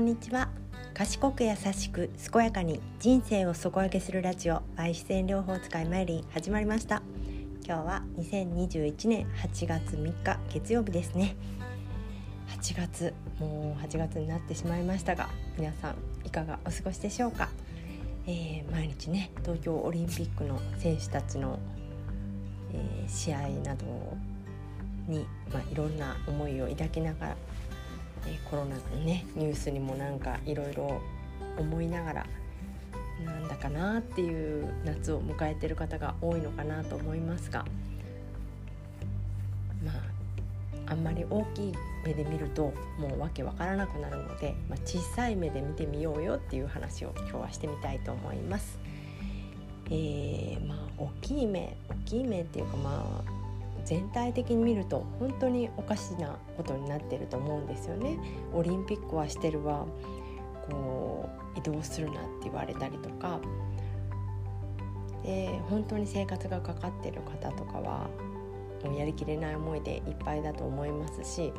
んにちは。賢く優しく健やかに人生を底上げするラジオバイ自然療法使いマイリン始まりました。今日は2021年8月3日月曜日ですね。もう8月になってしまいましたが、皆さんいかがお過ごしでしょうか。毎日ね、東京オリンピックの選手たちの、試合などに、いろんな思いを抱きながら、コロナのねニュースにもなんかいろいろ思いながら、なんだかなっていう夏を迎えている方が多いのかなと思いますが、あんまり大きい目で見るともうわけわからなくなるので、小さい目で見てみようよっていう話を今日はしてみたいと思います。大きい目っていうか、全体的に見ると本当におかしなことになってると思うんですよね。オリンピックはしてるわ、移動するなって言われたりとかで、本当に生活がかかってる方とかはもうやりきれない思いでいっぱいだと思いますし、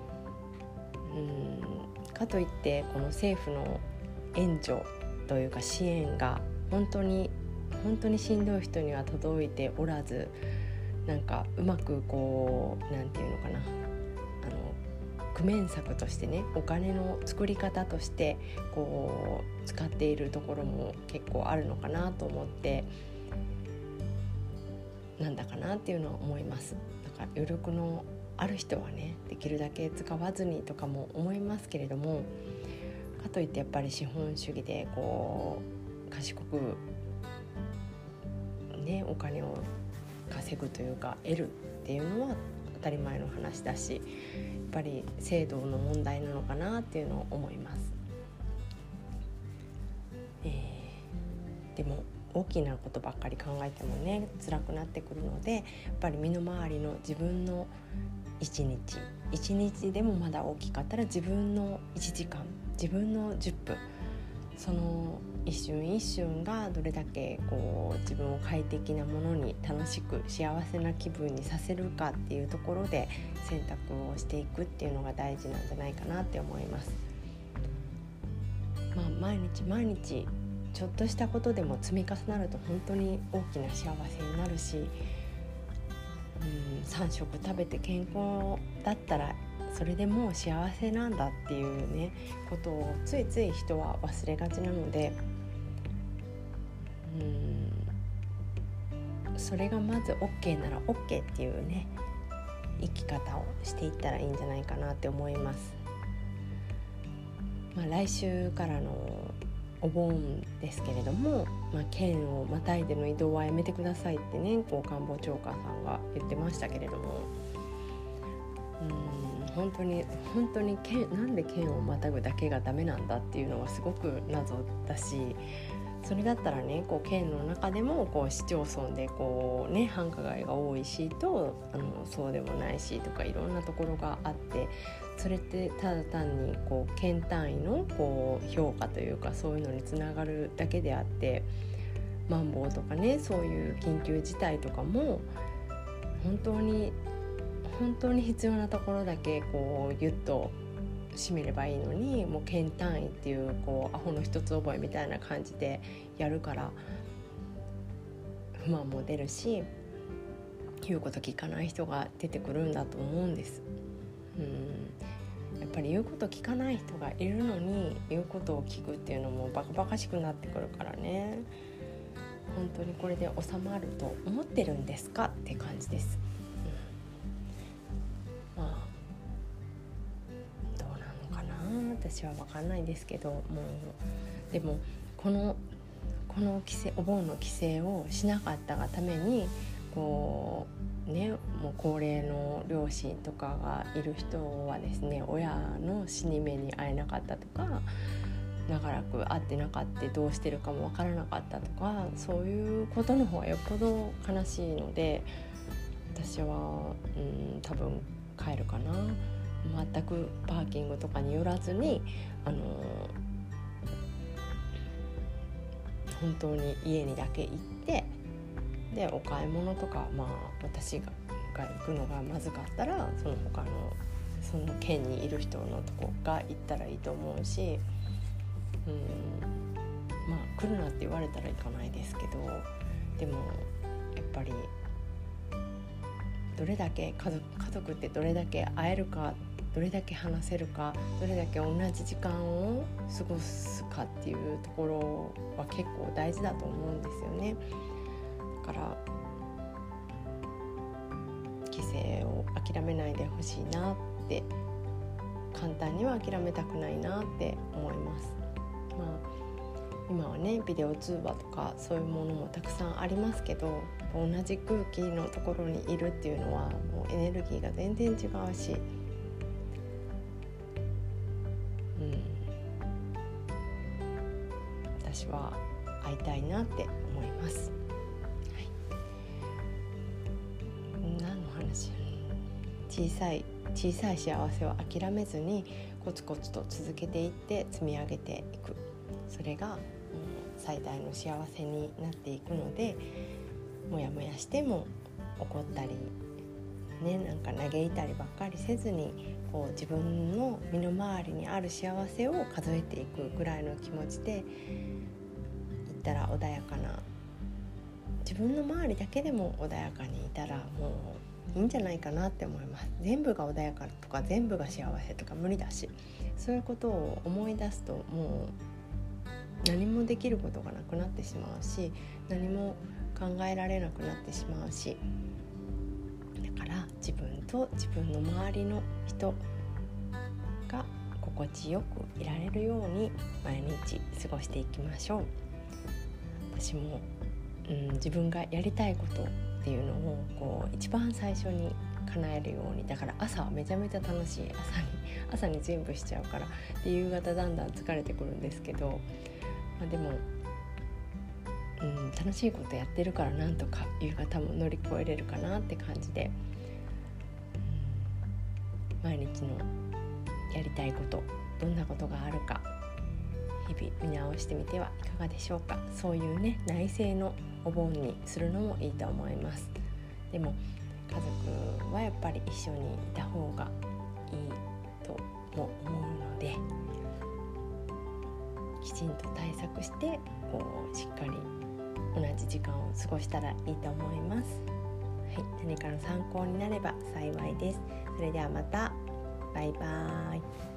かといってこの政府の援助というか支援が本当にしんどい人には届いておらず、なんかうまくなんていうのかな、工面策としてね、お金の作り方として使っているところも結構あるのかなと思って、なんだかなっていうのは思います。だから余力のある人はね、できるだけ使わずにとかも思いますけれども、かといってやっぱり資本主義で賢くねお金を稼ぐというか得るっていうのは当たり前の話だし、やっぱり制度の問題なのかなっていうのを思います。でも大きなことばっかり考えてもね辛くなってくるので、やっぱり身の回りの自分の一日でもまだ大きかったら自分の1時間、自分の10分、その一瞬一瞬がどれだけ自分を快適なものに楽しく幸せな気分にさせるかっていうところで選択をしていくっていうのが大事なんじゃないかなって思います。毎日ちょっとしたことでも積み重なると本当に大きな幸せになるし、3食食べて健康だったらそれでもう幸せなんだっていうねことをついつい人は忘れがちなので、それがまず OK なら OK っていうね生き方をしていったらいいんじゃないかなって思います。来週からのお盆ですけれども、県をまたいでの移動はやめてくださいってね官房長官さんが言ってましたけれども、本当になんで県をまたぐだけがダメなんだっていうのはすごく謎だし、それだったらね県の中でも市町村で繁華街が多いしとそうでもないしとかいろんなところがあって、それってただ単に県単位の評価というかそういうのにつながるだけであって、マンボウとかねそういう緊急事態とかも本当に必要なところだけギュッと締めればいいのに、もう県単位っていうアホの一つ覚えみたいな感じでやるから不満も出るし、言うこと聞かない人が出てくるんだと思うんです。やっぱり言うこと聞かない人がいるのに言うことを聞くっていうのもバカバカしくなってくるからね、本当にこれで収まると思ってるんですかって感じです。どうなのかな、私は分かんないですけど、でもこのお盆の規制をしなかったがためにもう高齢の両親とかがいる人はですね、親の死に目に会えなかったとか、長らく会ってなかったどうしてるかもわからなかったとか、そういうことの方がよっぽど悲しいので、私は多分帰るかな。全くパーキングとかに寄らずに本当に家にだけ行って、でお買い物とか私が行くのがまずかったらその他のその県にいる人のとこが行ったらいいと思うし、 来るなって言われたら行かないですけど、でもやっぱりどれだけ家族ってどれだけ会えるか、どれだけ話せるか、どれだけ同じ時間を過ごすかっていうところは結構大事だと思うんですよね。だから帰省を諦めないでほしいなって、簡単には諦めたくないなって思います。今はねビデオ通話とかそういうものもたくさんありますけど、同じ空気のところにいるっていうのはもうエネルギーが全然違うし、私は会いたいなって思います。何の話？小さい幸せを諦めずにコツコツと続けていって積み上げていく、それが最大の幸せになっていくので、もやもやしても怒ったりね、なんか嘆いたりばっかりせずに、こう自分の身の回りにある幸せを数えていくぐらいの気持ちでいったら、穏やかな、自分の周りだけでも穏やかにいたらもういいんじゃないかなって思います。全部が穏やかとか全部が幸せとか無理だし、そういうことを思い出すともう何もできることがなくなってしまうし、何も考えられなくなってしまうし、だから自分と自分の周りの人が心地よくいられるように毎日過ごしていきましょう。私も、自分がやりたいことっていうのをこう一番最初に叶えるように、だから朝はめちゃめちゃ楽しい、朝に全部しちゃうから、で夕方だんだん疲れてくるんですけど、でも、楽しいことやってるからなんとか夕方も乗り越えれるかなって感じで、毎日のやりたいこと、どんなことがあるか日々見直してみてはいかがでしょうか。そういうね、内省のお盆にするのもいいと思います。でも家族はやっぱり一緒にいた方がいいとも思うので、きちんと対策してこうしっかり同じ時間を過ごしたらいいと思います。何かの参考になれば幸いです。それではまた。バイバイ。